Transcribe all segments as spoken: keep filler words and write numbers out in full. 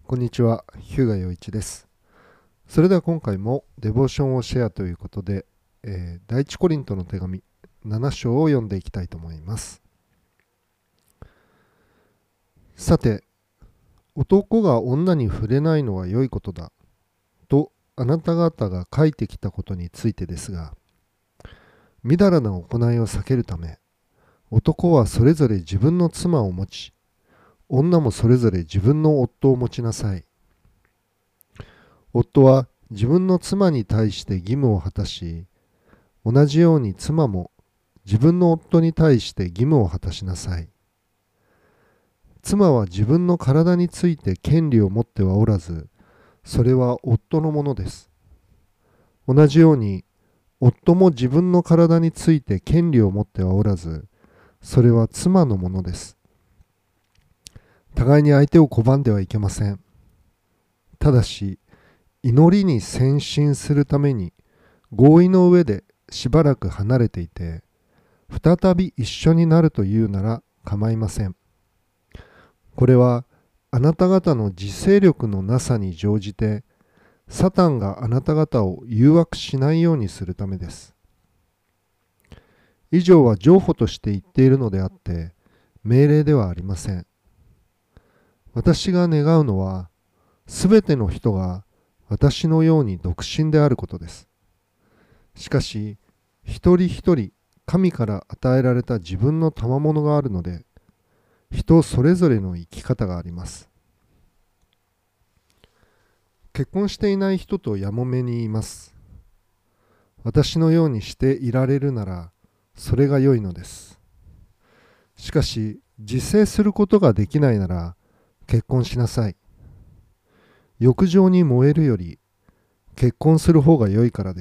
こんにちは、日向洋一です。それでは今回もデボーションをシェアということで、えー第一コリントの手紙なな章を読んでいきたいと思います。さて、男が女に触れないのは良いことだとあなた方が書いてきたことについてですが、みだらな行いを避けるため、男はそれぞれ自分の妻を持ち、女もそれぞれ自分の夫を持ちなさい。夫は自分の妻に対して義務を果たし、同じように妻も自分の夫に対して義務を果たしなさい。妻は自分の体について権利を持ってはおらず、それは夫のものです。同じように、夫も自分の体について権利を持ってはおらず、それは妻のものです。互いに相手を拒んではいけません。ただし、祈りに先進するために合意の上でしばらく離れていて、再び一緒になるというなら構いません。これはあなた方の自制力のなさに乗じて、サタンがあなた方を誘惑しないようにするためです。以上は譲歩として言っているのであって、命令ではありません。私が願うのは、すべての人が私のように独身であることです。しかし、一人一人神から与えられた自分の賜物があるので、人それぞれの生き方があります。結婚していない人とやもめに言います。私のようにしていられるなら、それが良いのです。しかし、自制することができないなら、結婚しなさい。欲情に燃えるより、結婚する方が良いからです。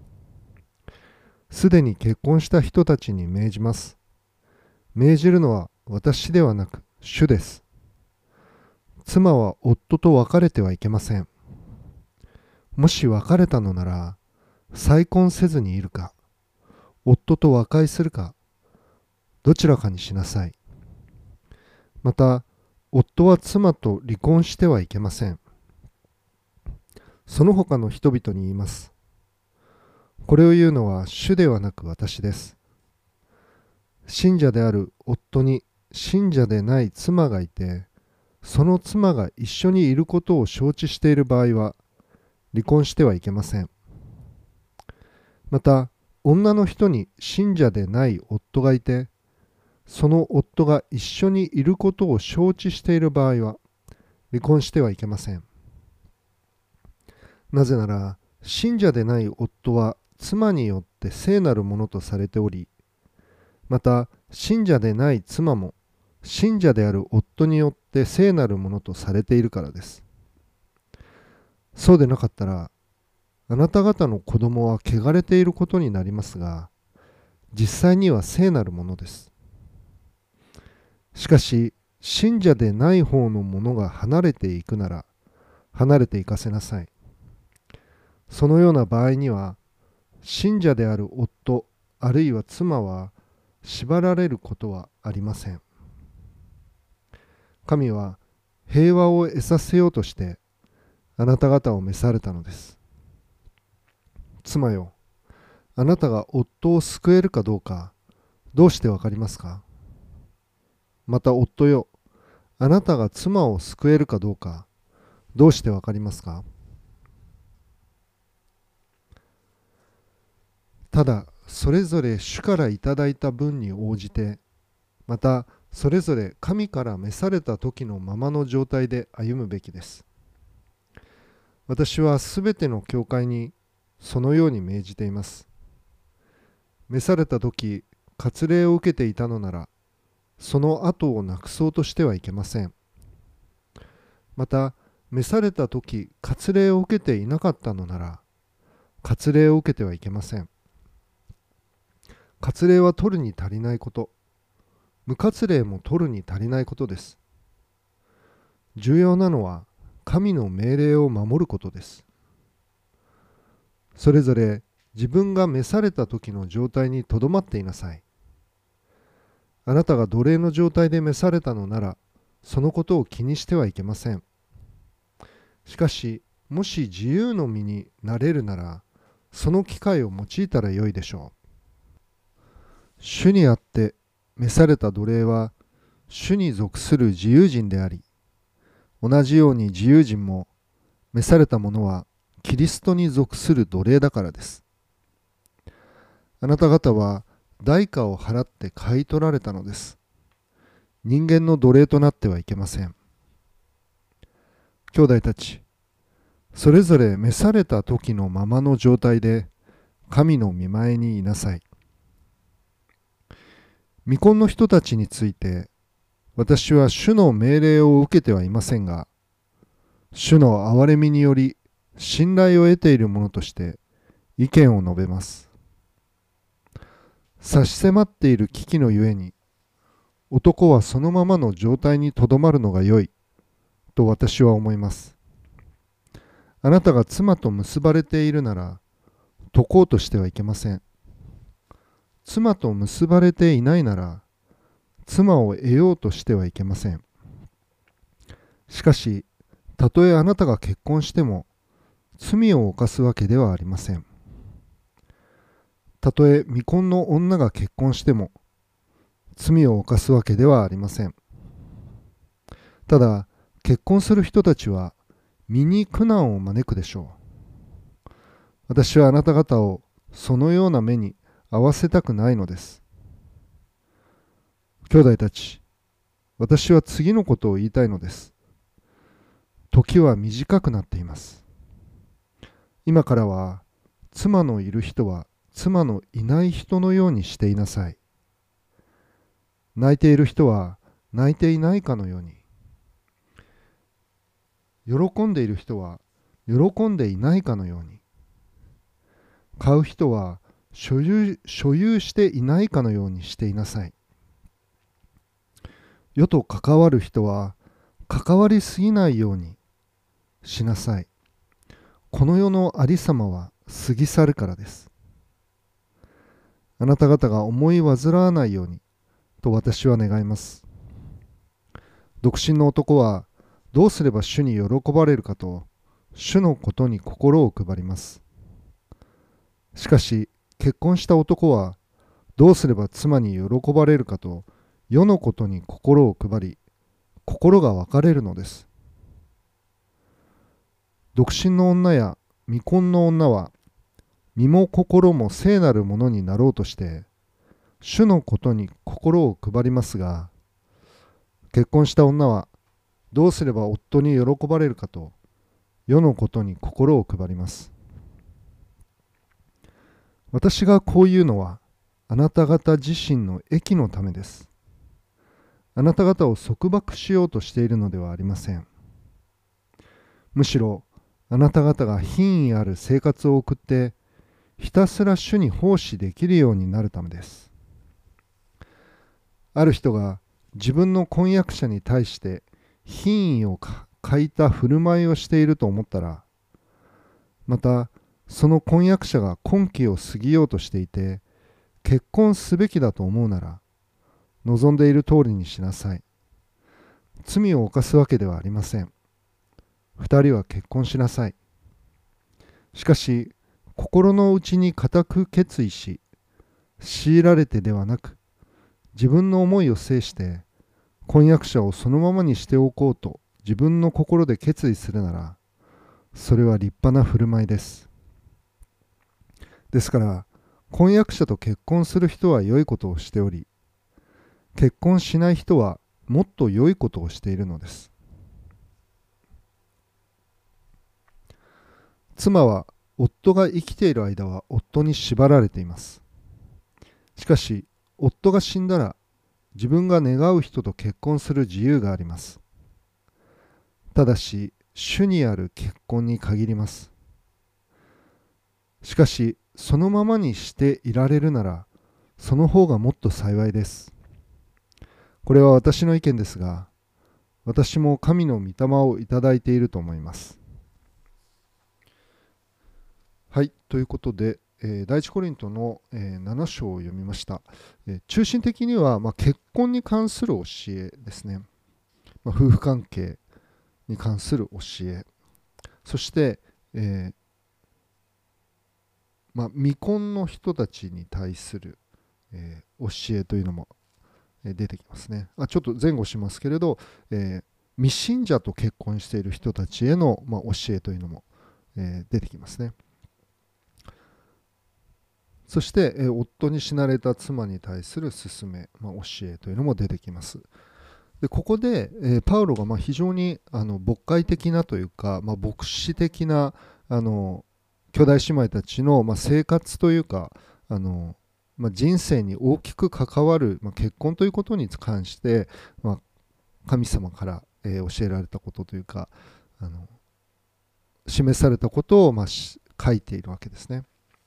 すでに結婚した人たちに命じます。命じるのは私ではなく主です。妻は夫と別れてはいけません。もし別れたのなら、再婚せずにいるか、夫と和解するか、どちらかにしなさい。また、夫は妻と離婚してはいけません。その他の人々に言います。これを言うのは主ではなく私です。信者である夫に信者でない妻がいて、その妻が一緒にいることを承知している場合は、離婚してはいけません。また、女の人に信者でない夫がいて、その夫が一緒にいることを承知している場合は、離婚してはいけません。なぜなら、信者でない夫は妻によって聖なるものとされており、また、信者でない妻も、信者である夫によって聖なるものとされているからです。そうでなかったら、あなた方の子供は汚れていることになりますが、実際には聖なるものです。しかし、信者でない方のものが離れていくなら、離れていかせなさい。そのような場合には、信者である夫、あるいは妻は、縛られることはありません。神は平和を得させようとして、あなた方を召されたのです。妻よ、あなたが夫を救えるかどうか、どうしてわかりますか？また夫よ、あなたが妻を救えるかどうか、どうしてわかりますか？ただ、それぞれ主からいただいた分に応じて、また、それぞれ神から召された時のままの状態で歩むべきです。私はすべての教会にそのように命じています。召された時、割礼を受けていたのなら、その後をなくそうとしてはいけません。また、召された時、割礼を受けていなかったのなら、割礼を受けてはいけません。割礼は取るに足りないこと、無割礼も取るに足りないことです。重要なのは、神の命令を守ることです。それぞれ自分が召された時の状態にとどまっていなさい。あなたが奴隷の状態で召されたのなら、そのことを気にしてはいけません。 しかし、もし自由の身になれるなら、その機会を用いたらよいでしょう。主にあって召された奴隷は、主に属する自由人であり、同じように自由人も召された者はキリストに属する奴隷だからです。あなた方は代価を払って買い取られたのです。人間の奴隷となってはいけません。兄弟たち、それぞれ召された時のままの状態で神の御前にいなさい。未婚の人たちについて、私は主の命令を受けてはいませんが、主の憐れみにより信頼を得ている者として意見を述べます。差し迫っている危機のゆえに、男はそのままの状態にとどまるのが良いと私は思います。あなたが妻と結ばれているなら解こうとしてはいけません。妻と結ばれていないなら妻を得ようとしてはいけません。しかし、たとえあなたが結婚しても罪を犯すわけではありません。たとえ未婚の女が結婚しても罪を犯すわけではありません。ただ、結婚する人たちは身に苦難を招くでしょう。私はあなた方をそのような目に遭わせたくないのです。兄弟たち、私は次のことを言いたいのです。時は短くなっています。今からは妻のいる人は妻のいない人のようにしていなさい。泣いている人は泣いていないかのように、喜んでいる人は喜んでいないかのように、買う人は所有、所有していないかのようにしていなさい。世と関わる人は関わりすぎないようにしなさい。この世のありさまは過ぎ去るからです。あなた方が思い煩わないようにと私は願います。独身の男はどうすれば主に喜ばれるかと主のことに心を配ります。しかし結婚した男はどうすれば妻に喜ばれるかと世のことに心を配り、心が分かれるのです。独身の女や未婚の女は身も心も聖なるものになろうとして主のことに心を配りますが、結婚した女はどうすれば夫に喜ばれるかと世のことに心を配ります。私がこういうのはあなた方自身の益のためです。あなた方を束縛しようとしているのではありません。むしろあなた方が品位ある生活を送ってひたすら主に奉仕できるようになるためです。ある人が自分の婚約者に対して品位を欠いた振る舞いをしていると思ったら、またその婚約者が婚期を過ぎようとしていて結婚すべきだと思うなら、望んでいる通りにしなさい。罪を犯すわけではありません。二人は結婚しなさい。しかし心の内に固く決意し、強いられてではなく自分の思いを制して婚約者をそのままにしておこうと自分の心で決意するなら、それは立派な振る舞いです。ですから婚約者と結婚する人は良いことをしており、結婚しない人はもっと良いことをしているのです。妻は夫が生きている間は夫に縛られています。しかし夫が死んだら自分が願う人と結婚する自由があります。ただし主にある結婚に限ります。しかしそのままにしていられるならその方がもっと幸いです。これは私の意見ですが、私も神の御霊をいただいていると思います。はい、ということで、えー、第一コリントの、えー、なな章を読みました。えー、中心的には、まあ、結婚に関する教えですね。まあ、夫婦関係に関する教え。 そして、えーまあ、未婚の人たちに対する、えー教えというのもえー出てきますね。あ、ちょっと前後しますけれど、えー未信者と結婚している人たちへの、まあ、教えというのも、えー出てきますね。そして、えー夫に死なれた妻に対する勧め、まあ、教えというのも出てきます。でここで、えーパウロがまあ非常にあの牧会的なというか、まあ、牧師的なあの兄弟姉妹たちの、まあ、生活というかあの、まあ、人生に大きく関わる、まあ、結婚ということに関して、まあ、神様から、えー教えられたことというかあの示されたことを、まあ、書いているわけですね。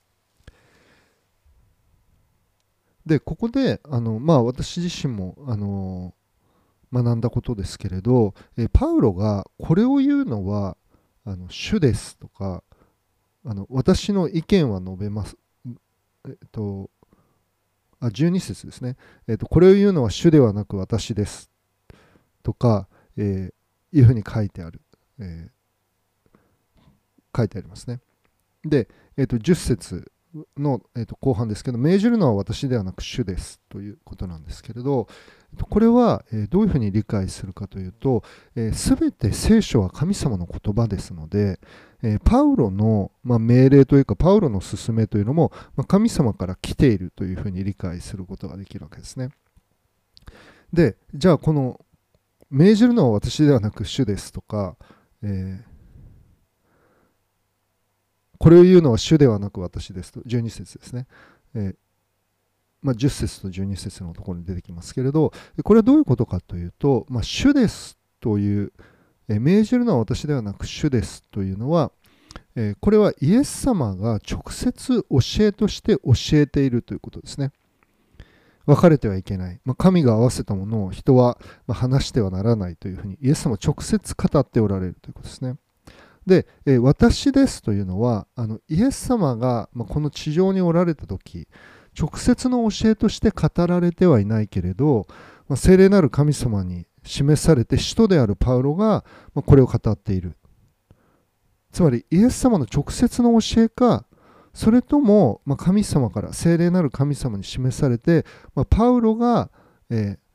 でここであの、まあ、私自身もあの学んだことですけれど、えパウロがこれを言うのはあの主ですとかあの私の意見は述べます、えっと、あじゅうに節ですね、えっと、これを言うのは主ではなく私ですとか、えーいうふうに書いてある、えー書いてありますね。で、えっと、じゅっ節の、えっと、後半ですけど、命じるのは私ではなく主ですということなんですけれど、これは、えーどういうふうに理解するかというと、すべて聖書は神様の言葉ですので、えーパウロの、まあ、命令というか、パウロの勧めというのも、まあ、神様から来ているというふうに理解することができるわけですね。で、じゃあ、この命じるのは私ではなく主ですとか、えーこれを言うのは主ではなく私ですと、じゅうに節ですね。えーまあ、じゅっ節とじゅうに節のところに出てきますけれど、これはどういうことかというと、まあ、主ですという、えー命じるのは私ではなく主ですというのは、えーこれはイエス様が直接教えとして教えているということですね。分かれてはいけない。まあ、神が合わせたものを人はまあ話してはならないというふうにイエス様は直接語っておられるということですね。で、えー私ですというのはあのイエス様が、まあ、この地上におられた時直接の教えとして語られてはいないけれど、まあ、聖霊なる神様に示されて使徒であるパウロが、まあ、これを語っている。つまりイエス様の直接の教えかそれとも、まあ、神様から聖霊なる神様に示されて、まあ、パウロが、えー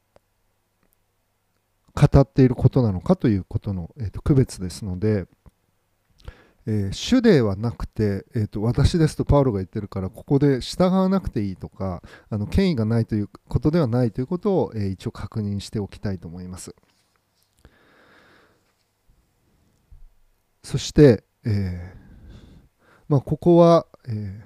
語っていることなのかということの、えーと区別ですので、えー主ではなくて、えーと、私ですとパウロが言ってるからここで従わなくていいとかあの権威がないということではないということを、えー一応確認しておきたいと思います。そして、えーまあ、ここは、えー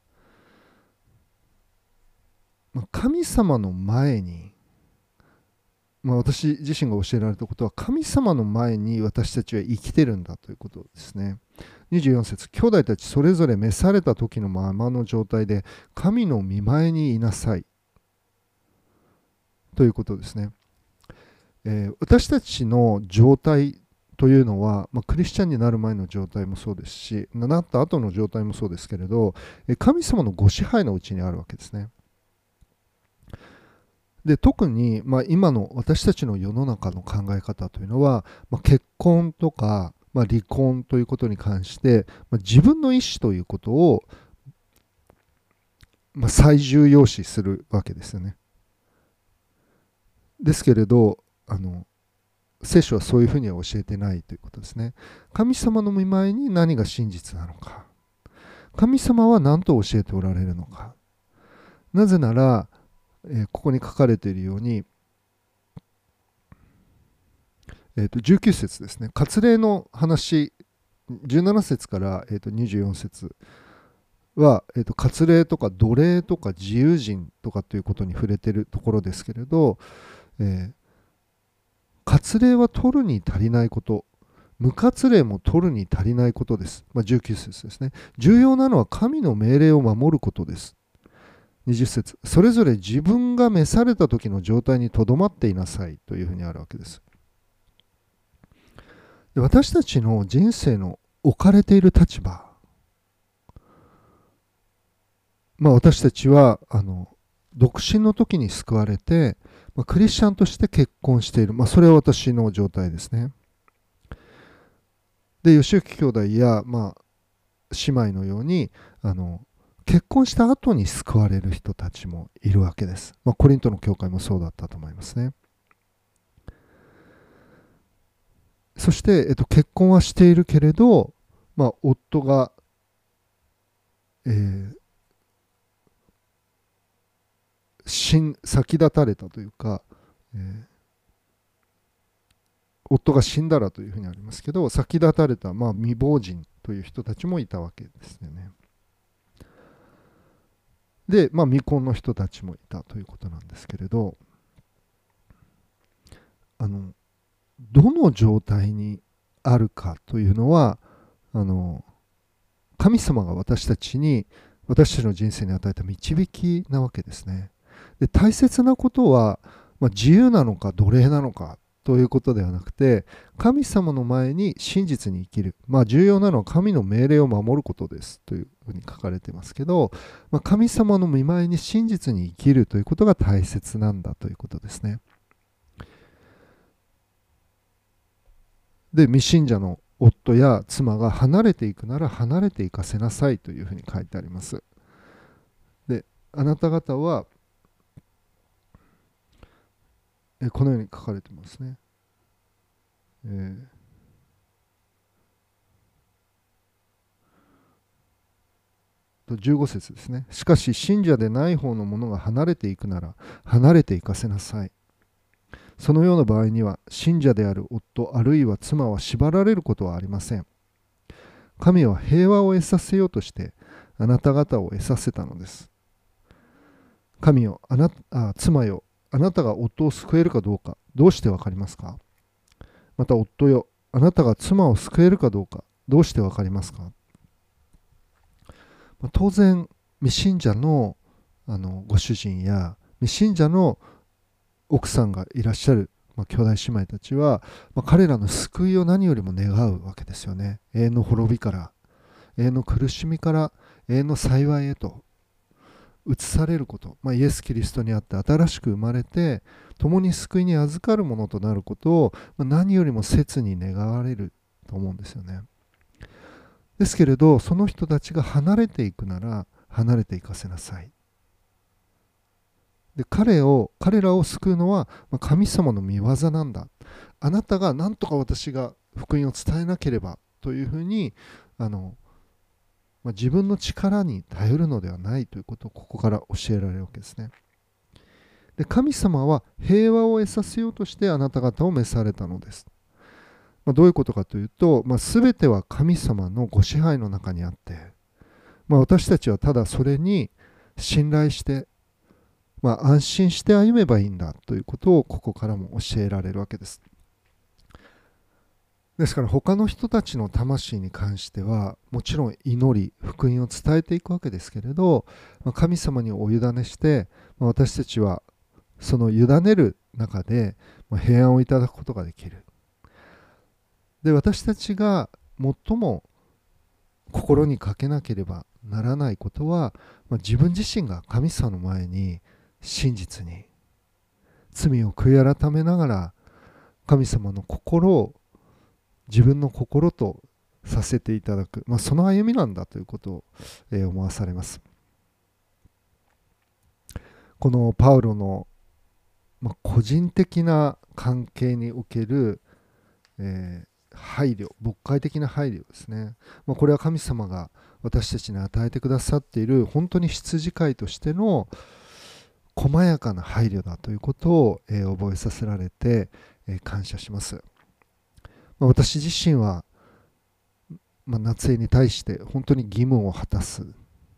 まあ、神様の前に、まあ、私自身が教えられたことは神様の前に私たちは生きてるんだということですね。にじゅうよん節、兄弟たちそれぞれ召された時のままの状態で神の御前にいなさいということですね。えー私たちの状態というのは、まあ、クリスチャンになる前の状態もそうですしなった後の状態もそうですけれど、えー神様のご支配のうちにあるわけですね。で特に、まあ、今の私たちの世の中の考え方というのは、まあ、結婚とか、まあ、離婚ということに関して、まあ、自分の意思ということを、まあ、最重要視するわけですよね。ですけれどあの聖書はそういうふうには教えてないということですね。神様の御前に何が真実なのか、神様は何と教えておられるのか。なぜなら、えーここに書かれているように、えーとじゅうきゅう節ですね、割礼の話、じゅうなな節から、えーとにじゅうよん節は、えーと割礼とか奴隷とか自由人とかということに触れているところですけれど、えー割礼は取るに足りないこと、無割礼も取るに足りないことです。まあ、じゅうきゅう節ですね。重要なのは神の命令を守ることです。にじゅう節、それぞれ自分が召された時の状態にとどまっていなさいというふうにあるわけです。で私たちの人生の置かれている立場、まあ、私たちはあの独身の時に救われて、まあ、クリスチャンとして結婚している、まあ、それは私の状態ですね。 で義行兄弟や、まあ、姉妹のようにあの結婚した後に救われる人たちもいるわけです。まあ、コリントの教会もそうだったと思いますね。そして、えっと、結婚はしているけれど、まあ、夫が、えー、死ん先立たれたというか、えー、夫が死んだらというふうにありますけど、先立たれた、まあ、未亡人という人たちもいたわけですよね。で、まあ、未婚の人たちもいたということなんですけれど、あのどの状態にあるかというのは、あの神様が私たちに私たちの人生に与えた導きなわけですね。で、大切なことは、まあ、自由なのか奴隷なのかということではなくて、神様の前に真実に生きる、まあ、重要なのは神の命令を守ることですというふうに書かれていますけど、まあ、神様の御前に真実に生きるということが大切なんだということですね。で、未信者の夫や妻が離れていくなら離れていかせなさいというふうに書いてあります。で、あなた方はえこのように書かれてますね。えー、じゅうご節ですね。しかし信者でない方の者が離れていくなら離れていかせなさい。そのような場合には信者である夫あるいは妻は縛られることはありません。神は平和を得させようとしてあなた方を得させたのです。神よ、あなあ妻よ、あなたが夫を救えるかどうかどうしてわかりますか。また夫よ、あなたが妻を救えるかどうかどうしてわかりますか。まあ、当然未信者の、あのご主人や未信者の奥さんがいらっしゃる、まあ、兄弟姉妹たちは、まあ、彼らの救いを何よりも願うわけですよね。永遠の滅びから永遠の苦しみから永遠の幸いへと移されること、まあ、イエス・キリストにあって新しく生まれて共に救いに預かるものとなることを、まあ、何よりも切に願われると思うんですよね。ですけれどその人たちが離れていくなら離れていかせなさい。で彼を彼らを救うのは神様の御業なんだ。あなたが何とか私が福音を伝えなければというふうにあの、まあ、自分の力に頼るのではないということをここから教えられるわけですね。で神様は平和を得させようとしてあなた方を召されたのです。まあ、どういうことかというと、まあ、全ては神様のご支配の中にあって、まあ、私たちはただそれに信頼してまあ、安心して歩めばいいんだということをここからも教えられるわけです。ですから他の人たちの魂に関してはもちろん祈り福音を伝えていくわけですけれど、まあ、神様にお委ねして、まあ、私たちはその委ねる中で平安をいただくことができる。で私たちが最も心にかけなければならないことは、まあ、自分自身が神様の前に真実に罪を悔い改めながら神様の心を自分の心とさせていただく、まあ、その歩みなんだということを、えー思わされます。このパウロの、まあ、個人的な関係における、えー配慮、牧会的な配慮ですね。まあ、これは神様が私たちに与えてくださっている本当に羊飼いとしての細やかな配慮だということを、えー覚えさせられて、えー感謝します。まあ、私自身は、まあ、夏江に対して本当に義務を果たす、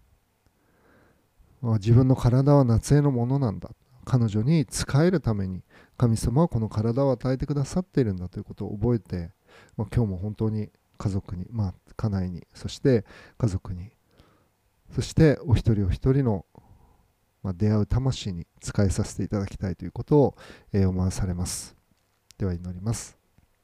まあ、自分の体は夏江のものなんだ、彼女に仕えるために神様はこの体を与えてくださっているんだということを覚えて、まあ、今日も本当に家族に、まあ、家内にそして家族にそしてお一人お一人のまあ、出会う魂に仕えさせていただきたいということを、えー思わされます。では祈ります。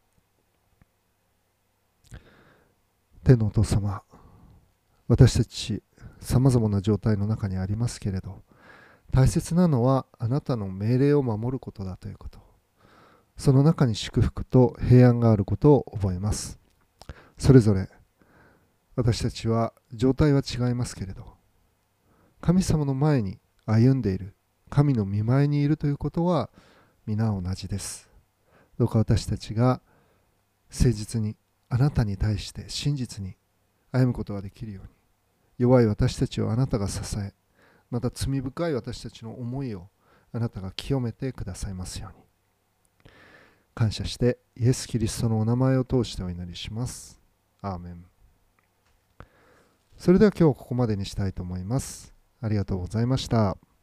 天のお父様、私たちさまざまな状態の中にありますけれど、大切なのはあなたの命令を守ることだということ、その中に祝福と平安があることを覚えます。 それぞれ私たちは状態は違いますけれど、神様の前に歩んでいる、神の御前にいるということは皆同じです。どうか私たちが誠実にあなたに対して真実に歩むことができるように、弱い私たちをあなたが支え、また罪深い私たちの思いをあなたが清めてくださいますように。感謝してイエス・キリストのお名前を通してお祈りします。アーメン。それでは今日ここまでにしたいと思います。ありがとうございました。